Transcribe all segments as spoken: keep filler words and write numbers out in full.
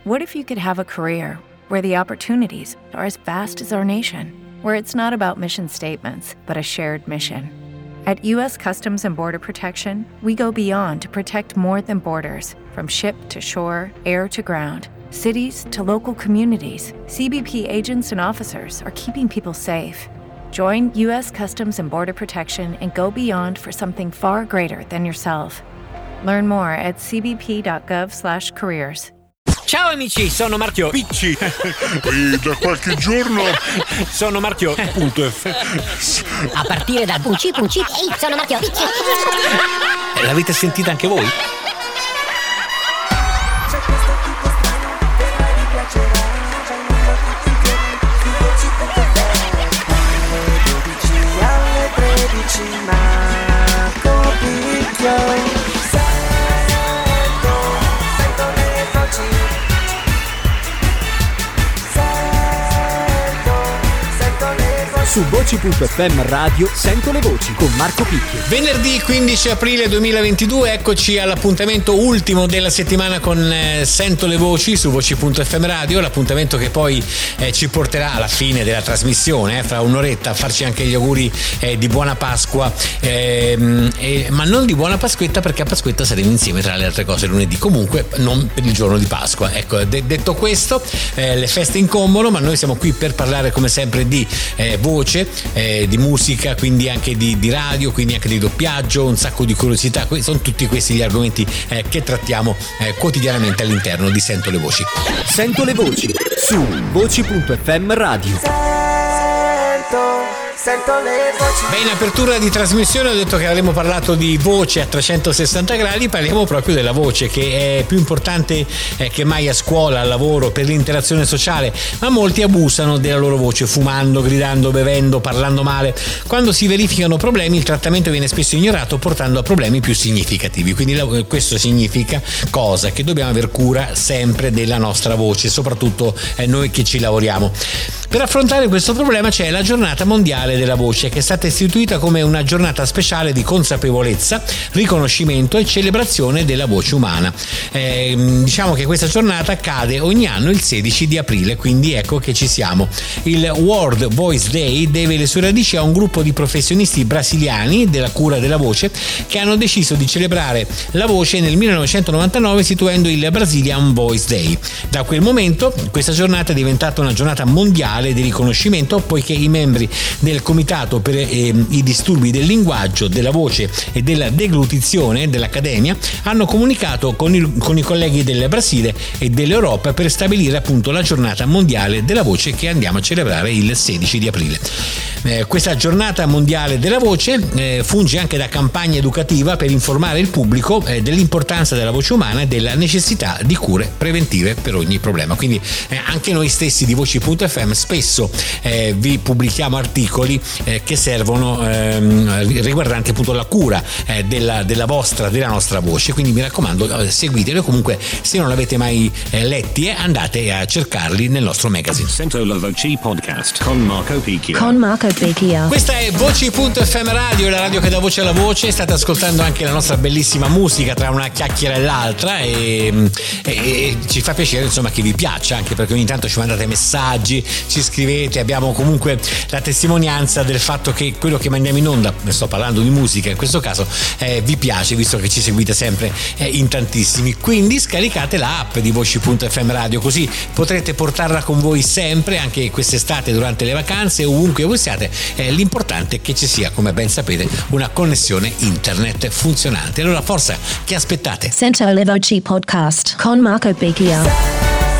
What if you could have a career where the opportunities are as vast as our nation, where it's not about mission statements, but a shared mission? At U S Customs and Border Protection, we go beyond to protect more than borders. From ship to shore, air to ground, cities to local communities, C B P agents and officers are keeping people safe. Join U S Customs and Border Protection and go beyond for something far greater than yourself. Learn more at c b p dot gov slash careers. Ciao amici, sono Marchio Picci e da qualche giorno sono Marchio punto F. A partire dal punci punci. Ehi, sono Marchio Picci. L'avete sentita anche voi? C'è questo tipo strano che mai mi piacerà. C'è un mondo tutti insieme, su voci punto f m. Alle dodici, alle tredici, Marco Picchio. Sento, sento le voci. Su voci punto f m radio Sento le voci con Marco Picchio. Venerdì quindici aprile duemilaventidue, eccoci all'appuntamento ultimo della settimana con eh, Sento le voci su voci punto f m radio, l'appuntamento che poi eh, ci porterà alla fine della trasmissione, eh, fra un'oretta, a farci anche gli auguri eh, di buona Pasqua, eh, eh, ma non di buona Pasquetta, perché a Pasquetta saremo insieme tra le altre cose lunedì, comunque non per il giorno di Pasqua. Ecco, de- detto questo, eh, le feste incombono, ma noi siamo qui per parlare come sempre di eh, voci, Eh, di musica, quindi anche di, di radio, quindi anche di doppiaggio, un sacco di curiosità. Sono tutti questi gli argomenti eh, che trattiamo eh, quotidianamente all'interno di Sento le voci. Sento le voci su voci punto f m radio. Sento, sento le voci. Beh, in apertura di trasmissione ho detto che avremmo parlato di voce a trecentosessanta gradi, parliamo proprio della voce, che è più importante eh, che mai a scuola, al lavoro, per l'interazione sociale, ma molti abusano della loro voce, fumando, gridando, bevendo, parlando male. Quando si verificano problemi, il trattamento viene spesso ignorato, portando a problemi più significativi. Quindi la, questo significa cosa? Che dobbiamo aver cura sempre della nostra voce, soprattutto eh, noi che ci lavoriamo. Per affrontare questo problema c'è la giornata mondiale della voce, che è stata istituita come una giornata speciale di consapevolezza, riconoscimento e celebrazione della voce umana. Eh, diciamo che questa giornata cade ogni anno il sedici di aprile, quindi ecco che ci siamo. Il World Voice Day deve le sue radici a un gruppo di professionisti brasiliani della cura della voce che hanno deciso di celebrare la voce nel millenovecentonovantanove istituendo il Brazilian Voice Day. Da quel momento questa giornata è diventata una giornata mondiale di riconoscimento, poiché i membri del comitato per eh, i disturbi del linguaggio, della voce e della deglutizione dell'Accademia hanno comunicato con, il, con i colleghi del Brasile e dell'Europa per stabilire appunto la giornata mondiale della voce che andiamo a celebrare il sedici di aprile. Eh, questa giornata mondiale della voce eh, funge anche da campagna educativa per informare il pubblico eh, dell'importanza della voce umana e della necessità di cure preventive per ogni problema. Quindi eh, anche noi stessi di voci punto f m spesso eh, vi pubblichiamo articoli eh, che servono ehm, riguardanti appunto la cura eh, della, della vostra, della nostra voce, quindi mi raccomando eh, seguitelo, e comunque se non l'avete mai eh, letti eh, andate a cercarli nel nostro magazine. Sento la voce podcast con Marco Picchio. Con Marco Picchio. Questa è voci punto f m radio, la radio che dà voce alla voce. State ascoltando anche la nostra bellissima musica tra una chiacchiera e l'altra, e, e, e ci fa piacere insomma che vi piaccia, anche perché ogni tanto ci mandate messaggi, ci scrivete, abbiamo comunque la testimonianza del fatto che quello che mandiamo in onda, ne sto parlando di musica in questo caso, eh, vi piace, visto che ci seguite sempre eh, in tantissimi. Quindi scaricate l'app di voci punto f m radio, così potrete portarla con voi sempre, anche quest'estate durante le vacanze, ovunque voi siate. Eh, l'importante è che ci sia, come ben sapete, una connessione internet funzionante. Allora forza, che aspettate? Sento le voci podcast con Marco Picchio.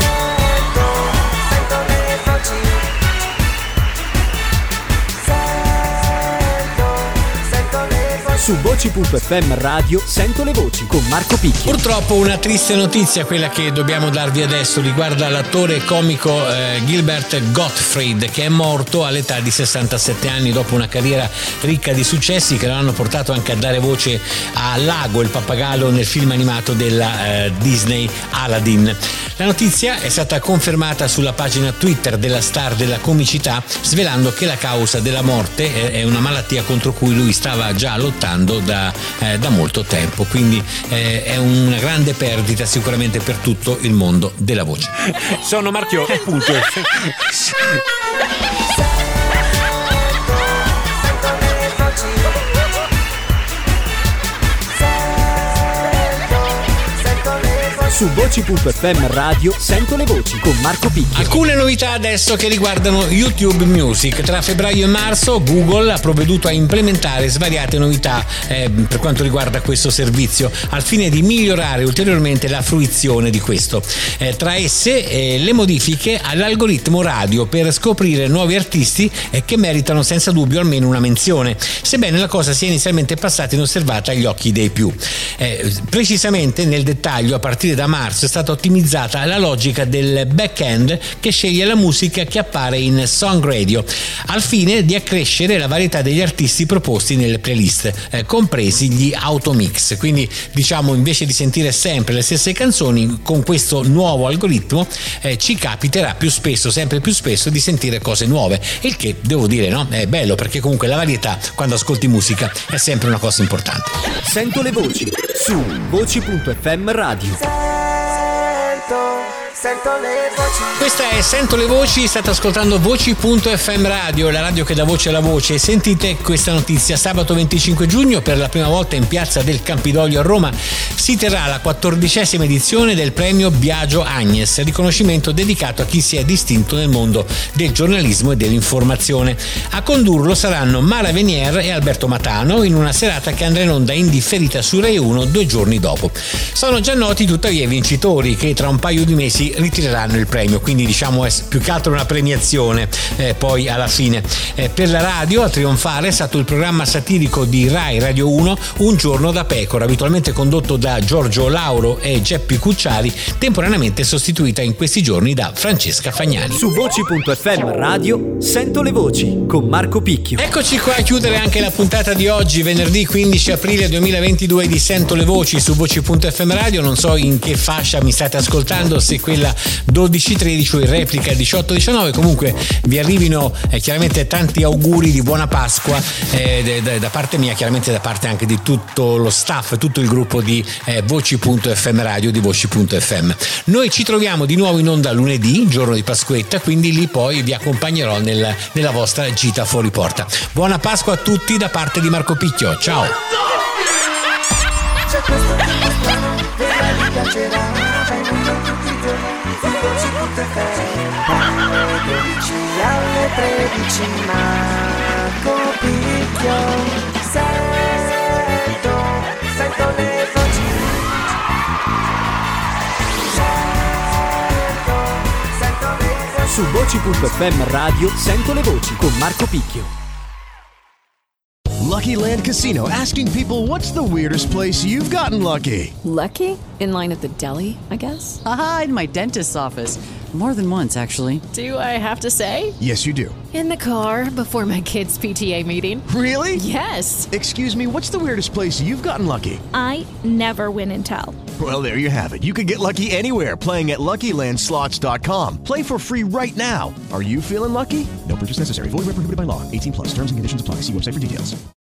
Su voci punto f m radio Sento le voci con Marco Picchio. Purtroppo una triste notizia, quella che dobbiamo darvi adesso, riguarda l'attore comico eh, Gilbert Gottfried, che è morto all'età di sessantasette anni dopo una carriera ricca di successi che lo hanno portato anche a dare voce a Lago, il pappagallo, nel film animato della eh, Disney Aladdin. La notizia è stata confermata sulla pagina Twitter della star della comicità, svelando che la causa della morte è una malattia contro cui lui stava già lottando da, eh, da molto tempo, quindi eh, è una grande perdita sicuramente per tutto il mondo della voce. Sono Marchio, punto. Su voci punto effe emme Radio Sento le voci con Marco Picchio. Alcune novità adesso che riguardano YouTube Music. Tra febbraio e marzo Google ha provveduto a implementare svariate novità eh, per quanto riguarda questo servizio, al fine di migliorare ulteriormente la fruizione di questo. Eh, tra esse eh, le modifiche all'algoritmo radio per scoprire nuovi artisti eh, che meritano senza dubbio almeno una menzione, sebbene la cosa sia inizialmente passata inosservata agli occhi dei più. Eh, precisamente nel dettaglio, a partire da marzo è stata ottimizzata la logica del back-end che sceglie la musica che appare in Song Radio, al fine di accrescere la varietà degli artisti proposti nelle playlist, eh, compresi gli automix. Quindi diciamo, invece di sentire sempre le stesse canzoni, con questo nuovo algoritmo eh, ci capiterà più spesso, sempre più spesso, di sentire cose nuove, il che devo dire, no, è bello, perché comunque la varietà quando ascolti musica è sempre una cosa importante. Sento le voci su voci punto effe emme Radio. Sento le voci. Questa è Sento le voci, state ascoltando voci punto effe emme Radio, la radio che dà voce alla voce. Sentite questa notizia: sabato venticinque giugno, per la prima volta in piazza del Campidoglio a Roma, si terrà la quattordicesima edizione del premio Biagio Agnes, riconoscimento dedicato a chi si è distinto nel mondo del giornalismo e dell'informazione. A condurlo saranno Mara Venier e Alberto Matano, in una serata che andrà in onda in differita su Rai uno due giorni dopo. Sono già noti tuttavia i vincitori, che tra un paio di mesi ritireranno il premio, quindi diciamo è più che altro una premiazione eh, poi alla fine. Eh, per la radio a trionfare è stato il programma satirico di Rai Radio uno Un giorno da pecora, abitualmente condotto da Giorgio Lauro e Geppi Cucciari, temporaneamente sostituita in questi giorni da Francesca Fagnani. Su voci punto effe emme Radio Sento le voci con Marco Picchio. Eccoci qua a chiudere anche la puntata di oggi, venerdì quindici aprile duemilaventidue, di Sento le voci su voci punto effe emme Radio. Non so in che fascia mi state ascoltando, se quella dodici tredici o in replica diciotto diciannove, comunque vi arrivino eh, chiaramente tanti auguri di buona Pasqua eh, da, da parte mia, chiaramente da parte anche di tutto lo staff, tutto il gruppo di eh, voci punto effe emme Radio, di voci punto effe emme. Noi ci troviamo di nuovo in onda lunedì, giorno di Pasquetta, quindi lì poi vi accompagnerò nel, nella vostra gita fuori porta. Buona Pasqua a tutti da parte di Marco Picchio, ciao! C'è questo tipo strano, vedrai ti piacerà. Fai un po' tutti i giorni, su voci punto effe emme. Alle dodici alle tredici, Marco Picchio. Sento, sento le voci. Sento, sento le voci. Su voci punto effe emme Radio Sento le voci con Marco Picchio. Lucky Land Casino, asking people, what's the weirdest place you've gotten lucky? Lucky? In line at the deli, I guess? Aha, in my dentist's office. More than once, actually. Do I have to say? Yes, you do. In the car before my kids' P T A meeting. Really? Yes. Excuse me, what's the weirdest place you've gotten lucky? I never win and tell. Well, there you have it. You can get lucky anywhere, playing at lucky land slots dot com. Play for free right now. Are you feeling lucky? No purchase necessary. Void where prohibited by law. eighteen plus. Terms and conditions apply. See website for details.